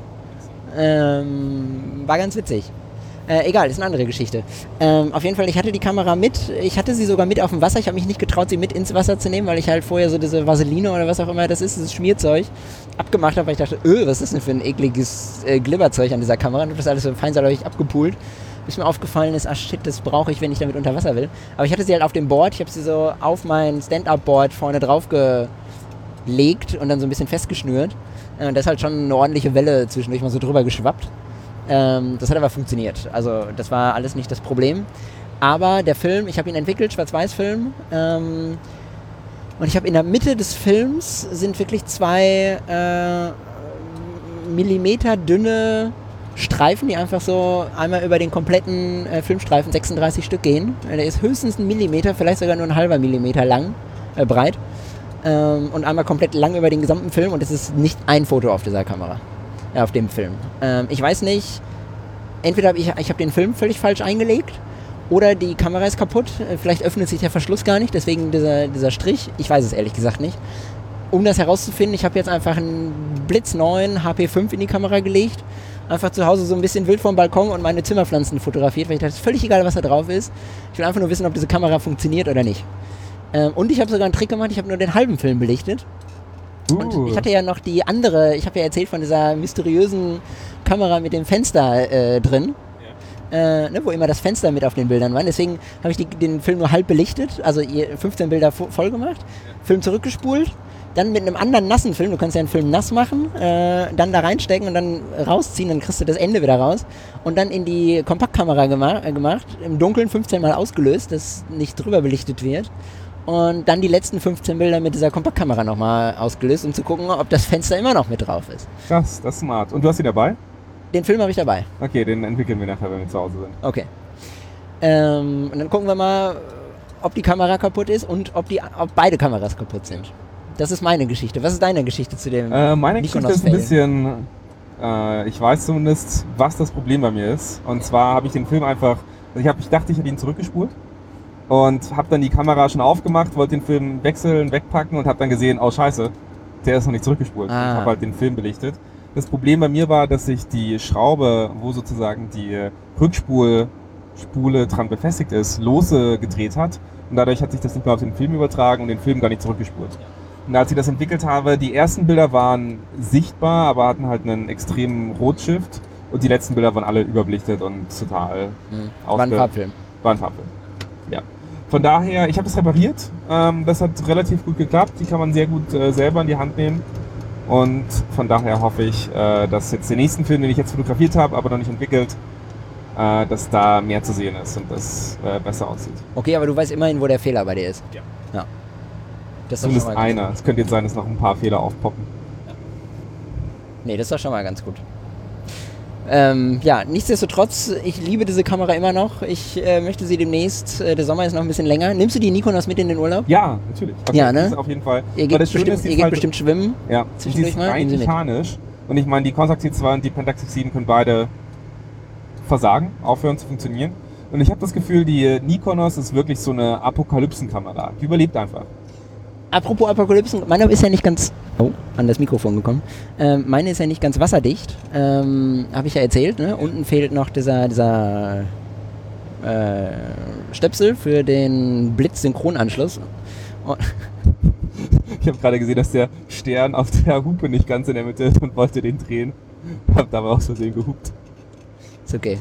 B: Ähm, war ganz witzig. Äh, egal, ist eine andere Geschichte. Ähm, auf jeden Fall, ich hatte die Kamera mit. Ich hatte sie sogar mit auf dem Wasser. Ich habe mich nicht getraut, sie mit ins Wasser zu nehmen, weil ich halt vorher so diese Vaseline oder was auch immer das ist, dieses Schmierzeug, abgemacht habe, weil ich dachte, öh, was ist das denn für ein ekliges äh, Glibberzeug an dieser Kamera? Und das alles so feinsäuberlich abgepult. Bis mir aufgefallen ist, ach shit, das brauche ich, wenn ich damit unter Wasser will. Aber ich hatte sie halt auf dem Board. Ich habe sie so auf mein Stand-Up-Board vorne drauf gelegt und dann so ein bisschen festgeschnürt. Und das ist halt schon eine ordentliche Welle zwischendurch mal so drüber geschwappt. Ähm, das hat aber funktioniert. Also das war alles nicht das Problem. Aber der Film, ich habe ihn entwickelt, Schwarz-Weiß-Film. Ähm, und ich habe in der Mitte des Films sind wirklich zwei äh, Millimeter dünne Streifen, die einfach so einmal über den kompletten äh, Filmstreifen, sechsunddreißig Stück gehen. Der ist höchstens ein Millimeter, vielleicht sogar nur ein halber Millimeter lang, äh, breit. Ähm, und einmal komplett lang über den gesamten Film. Und es ist nicht ein Foto auf dieser Kamera. Ja, auf dem Film. Ähm, ich weiß nicht, entweder habe ich, ich habe den Film völlig falsch eingelegt oder die Kamera ist kaputt. Vielleicht öffnet sich der Verschluss gar nicht, deswegen dieser, dieser Strich. Ich weiß es ehrlich gesagt nicht. Um das herauszufinden, ich habe jetzt einfach einen blitzneuen H P fünf in die Kamera gelegt. Einfach zu Hause so ein bisschen wild vom Balkon und meine Zimmerpflanzen fotografiert, weil ich dachte, es ist völlig egal, was da drauf ist. Ich will einfach nur wissen, ob diese Kamera funktioniert oder nicht. Ähm, und ich habe sogar einen Trick gemacht, ich habe nur den halben Film belichtet. Und uh. ich hatte ja noch die andere, ich habe ja erzählt von dieser mysteriösen Kamera mit dem Fenster äh, drin, ja. äh, ne, wo immer das Fenster mit auf den Bildern war. Deswegen habe ich die, den Film nur halb belichtet, also fünfzehn Bilder voll gemacht, ja. Film zurückgespult, dann mit einem anderen nassen Film, du kannst ja einen Film nass machen, äh, dann da reinstecken und dann rausziehen, dann kriegst du das Ende wieder raus und dann in die Kompaktkamera gema- äh, gemacht, im Dunkeln fünfzehn Mal ausgelöst, dass nicht drüber belichtet wird. Und dann die letzten fünfzehn Bilder mit dieser Kompaktkamera nochmal ausgelöst, um zu gucken, ob das Fenster immer noch mit drauf ist.
A: Krass, das ist smart. Und du hast ihn dabei?
B: Den Film habe ich dabei.
A: Okay, den entwickeln wir nachher, wenn wir zu Hause sind.
B: Okay. Ähm, und dann gucken wir mal, ob die Kamera kaputt ist und ob, die, ob beide Kameras kaputt sind. Das ist meine Geschichte. Was ist deine Geschichte zu dem
A: äh, Meine Geschichte ist ein bisschen... Äh, ich weiß zumindest, was das Problem bei mir ist. Und zwar habe ich den Film einfach... Ich, hab, ich dachte, ich hätte ihn zurückgespult. Und habe dann die Kamera schon aufgemacht, wollte den Film wechseln, wegpacken und habe dann gesehen, oh scheiße, der ist noch nicht zurückgespult.
B: Ah.
A: Ich habe halt den Film belichtet. Das Problem bei mir war, dass sich die Schraube, wo sozusagen die Rückspulspule dran befestigt ist, lose gedreht hat. Und dadurch hat sich das nicht mehr auf den Film übertragen und den Film gar nicht zurückgespult. Und als ich das entwickelt habe, die ersten Bilder waren sichtbar, aber hatten halt einen extremen Rotshift. Und die letzten Bilder waren alle überbelichtet und total
B: mhm. War ein Farbfilm.
A: War ein Farbfilm, ja. Von daher, ich habe das repariert. Ähm, das hat relativ gut geklappt. Die kann man sehr gut äh, selber in die Hand nehmen. Und von daher hoffe ich, äh, dass jetzt den nächsten Film, den ich jetzt fotografiert habe, aber noch nicht entwickelt, äh, dass da mehr zu sehen ist und das äh, besser aussieht.
B: Okay, aber du weißt immerhin, wo der Fehler bei dir ist.
A: Ja.
B: Ja. Das
A: Zumindest einer. Es könnte jetzt sein, dass noch ein paar Fehler aufpoppen.
B: Ja. Nee, das ist doch schon mal ganz gut. Ähm, ja, nichtsdestotrotz, ich liebe diese Kamera immer noch. Ich äh, möchte sie demnächst, äh, der Sommer ist noch ein bisschen länger. Nimmst du die Nikonos mit in den Urlaub?
A: Ja, natürlich. Okay,
B: ja, ne?
A: Das ist auf jeden Fall.
B: Ihr geht, bestimmt,
A: ist,
B: ihr geht
A: halt,
B: bestimmt schwimmen.
A: Ja, sie ist rein mechanisch. Und ich meine, die Contax T zwei und die Pentax sieben können beide versagen, aufhören zu funktionieren. Und ich habe das Gefühl, die Nikonos ist wirklich so eine Apokalypsenkamera. Die überlebt einfach.
B: Apropos Apokalypsen, meine ist ja nicht ganz... Oh, an das Mikrofon gekommen. Ähm, meine ist ja nicht ganz wasserdicht. Ähm, habe ich ja erzählt, ne? Unten fehlt noch dieser, dieser äh, Stöpsel für den Blitz-Synchronanschluss. Oh.
A: Ich habe gerade gesehen, dass der Stern auf der Hupe nicht ganz in der Mitte ist und wollte den drehen. Hab dabei aus Versehen gehupt.
B: Ist okay.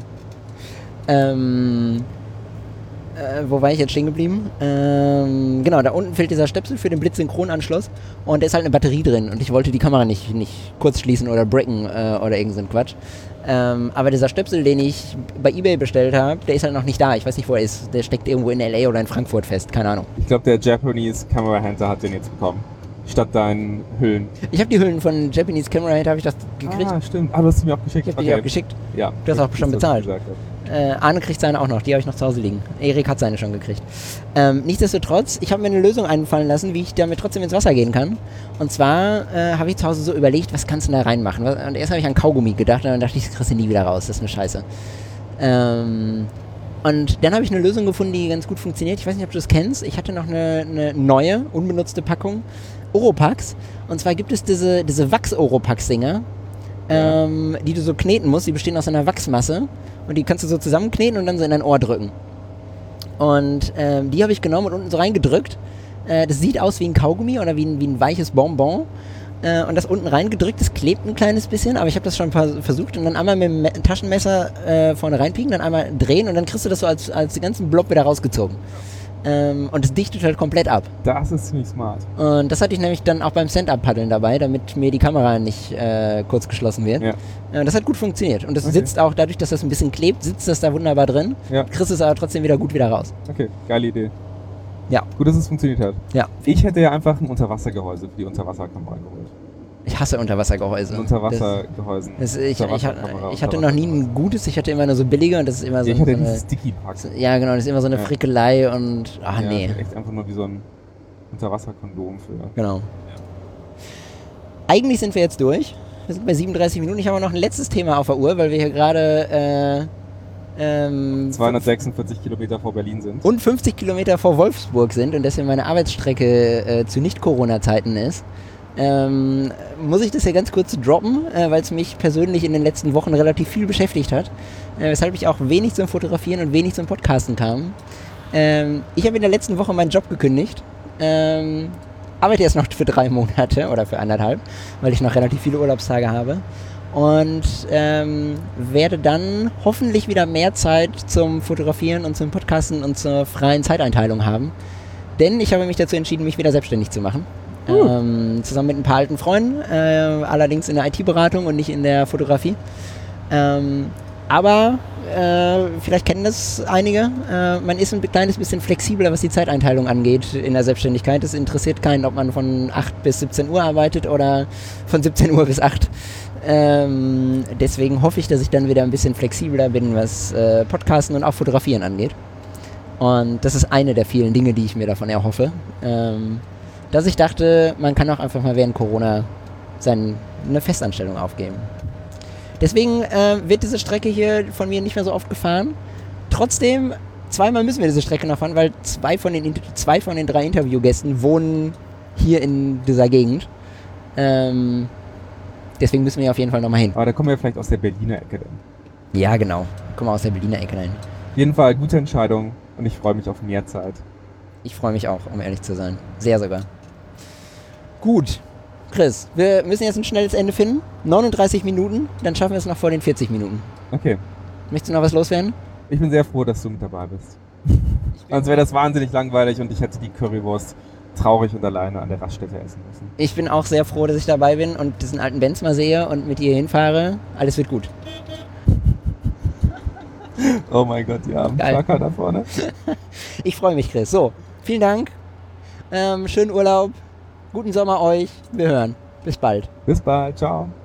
B: Ähm... Äh, wo war ich jetzt stehen geblieben? Ähm, genau, da unten fehlt dieser Stöpsel für den Blitz-Synchronanschluss und da ist halt eine Batterie drin und ich wollte die Kamera nicht, nicht kurz schließen oder bricken äh, oder irgend so ein Quatsch. Ähm, aber dieser Stöpsel, den ich bei eBay bestellt habe, der ist halt noch nicht da. Ich weiß nicht, wo er ist. Der steckt irgendwo in L A oder in Frankfurt fest. Keine Ahnung.
A: Ich glaube, der Japanese Camera Hunter hat den jetzt bekommen. Statt deinen Hüllen.
B: Ich habe die Hüllen von Japanese Camera Hunter, habe ich das gekriegt.
A: Ah, stimmt. Ah, du hast sie mir auch geschickt.
B: Ich habe
A: okay.
B: die auch geschickt.
A: Ja.
B: Du hast auch schon bezahlt. Äh, Arne kriegt seine auch noch, die habe ich noch zu Hause liegen. Erik hat seine schon gekriegt. Ähm, nichtsdestotrotz, ich habe mir eine Lösung einfallen lassen, wie ich damit trotzdem ins Wasser gehen kann. Und zwar äh, habe ich zu Hause so überlegt, was kannst du da reinmachen? Und erst habe ich an Kaugummi gedacht und dann dachte ich, das kriegst du nie wieder raus, das ist eine Scheiße. Ähm, und dann habe ich eine Lösung gefunden, die ganz gut funktioniert. Ich weiß nicht, ob du das kennst. Ich hatte noch eine, eine neue, unbenutzte Packung Oropax. Und zwar gibt es diese, diese Wachs-Oropax-Dinger, ähm, die du so kneten musst. Die bestehen aus einer Wachsmasse. Und die kannst du so zusammenkneten und dann so in dein Ohr drücken. Und ähm, die habe ich genommen und unten so reingedrückt. Äh, das sieht aus wie ein Kaugummi oder wie ein, wie ein weiches Bonbon. Äh, und das unten reingedrückt, das klebt ein kleines bisschen, aber ich habe das schon versucht. Und dann einmal mit dem Me- Taschenmesser äh, vorne reinpieken, dann einmal drehen und dann kriegst du das so als, als den ganzen Blob wieder rausgezogen. Ähm, und es dichtet halt komplett ab.
A: Das ist ziemlich smart.
B: Und das hatte ich nämlich dann auch beim Stand-Up-Paddeln dabei, damit mir die Kamera nicht äh, kurz geschlossen wird. Ja. Äh, das hat gut funktioniert. Und das okay. sitzt auch, dadurch, dass das ein bisschen klebt, sitzt das da wunderbar drin. Ja. Kriegst es aber trotzdem wieder gut wieder raus.
A: Okay, geile Idee.
B: Ja.
A: Gut, dass es funktioniert hat.
B: Ja.
A: Ich hätte ja einfach ein Unterwassergehäuse für die Unterwasserkamera geholt.
B: Ich hasse Unterwassergehäuse.
A: Unterwassergehäuse.
B: Das, das, ich, ich, ich, ich hatte noch nie ein gutes, ich hatte immer nur so billige und das ist immer so,
A: ja, ich hatte
B: so eine
A: Sticky-Pack.
B: Ja, genau, das ist immer so eine ja. Frickelei und ach
A: ja,
B: nee.
A: Das ist echt einfach nur wie so ein Unterwasserkondom für.
B: Genau. Ja. Eigentlich sind wir jetzt durch. Wir sind bei siebenunddreißig Minuten. Ich habe noch ein letztes Thema auf der Uhr, weil wir hier gerade äh, ähm,
A: zweihundertsechsundvierzig Kilometer vor Berlin sind.
B: Und fünfzig Kilometer vor Wolfsburg sind und deswegen meine Arbeitsstrecke äh, zu Nicht-Corona-Zeiten ist. Ähm, muss ich das hier ganz kurz droppen, äh, weil es mich persönlich in den letzten Wochen relativ viel beschäftigt hat, äh, weshalb ich auch wenig zum Fotografieren und wenig zum Podcasten kam. Ähm, ich habe in der letzten Woche meinen Job gekündigt, ähm, arbeite jetzt noch für drei Monate oder für anderthalb, weil ich noch relativ viele Urlaubstage habe und ähm, werde dann hoffentlich wieder mehr Zeit zum Fotografieren und zum Podcasten und zur freien Zeiteinteilung haben, denn ich habe mich dazu entschieden, mich wieder selbstständig zu machen. Uh. Ähm, zusammen mit ein paar alten Freunden, äh, allerdings in der I T-Beratung und nicht in der Fotografie. Ähm, aber äh, vielleicht kennen das einige. Äh, man ist ein kleines bisschen flexibler, was die Zeiteinteilung angeht in der Selbstständigkeit. Es interessiert keinen, ob man von acht bis siebzehn Uhr arbeitet oder von siebzehn Uhr bis acht. Ähm, deswegen hoffe ich, dass ich dann wieder ein bisschen flexibler bin, was äh, Podcasten und auch Fotografieren angeht. Und das ist eine der vielen Dinge, die ich mir davon erhoffe. Ähm, dass ich dachte, man kann auch einfach mal während Corona seine Festanstellung aufgeben. Deswegen äh, wird diese Strecke hier von mir nicht mehr so oft gefahren. Trotzdem, zweimal müssen wir diese Strecke noch fahren, weil zwei von den, zwei von den drei Interviewgästen wohnen hier in dieser Gegend. Ähm, deswegen müssen wir auf jeden Fall nochmal hin.
A: Aber da kommen wir vielleicht aus der Berliner Ecke dann.
B: Ja, genau. Kommen wir aus der Berliner Ecke dahin.
A: Auf jeden Fall gute Entscheidung und ich freue mich auf mehr Zeit.
B: Ich freue mich auch, um ehrlich zu sein. Sehr sogar. Gut, Chris, wir müssen jetzt ein schnelles Ende finden. neununddreißig Minuten, dann schaffen wir es noch vor den vierzig Minuten.
A: Okay.
B: Möchtest du noch was loswerden?
A: Ich bin sehr froh, dass du mit dabei bist. Sonst wäre das wahnsinnig langweilig und ich hätte die Currywurst traurig und alleine an der Raststätte essen müssen.
B: Ich bin auch sehr froh, dass ich dabei bin und diesen alten Benz mal sehe und mit dir hinfahre. Alles wird gut.
A: Oh mein Gott, ja, am Trucker da vorne.
B: Ich freue mich, Chris. So, vielen Dank. Ähm, schönen Urlaub. Guten Sommer euch. Wir hören. Bis bald.
A: Bis bald. Ciao.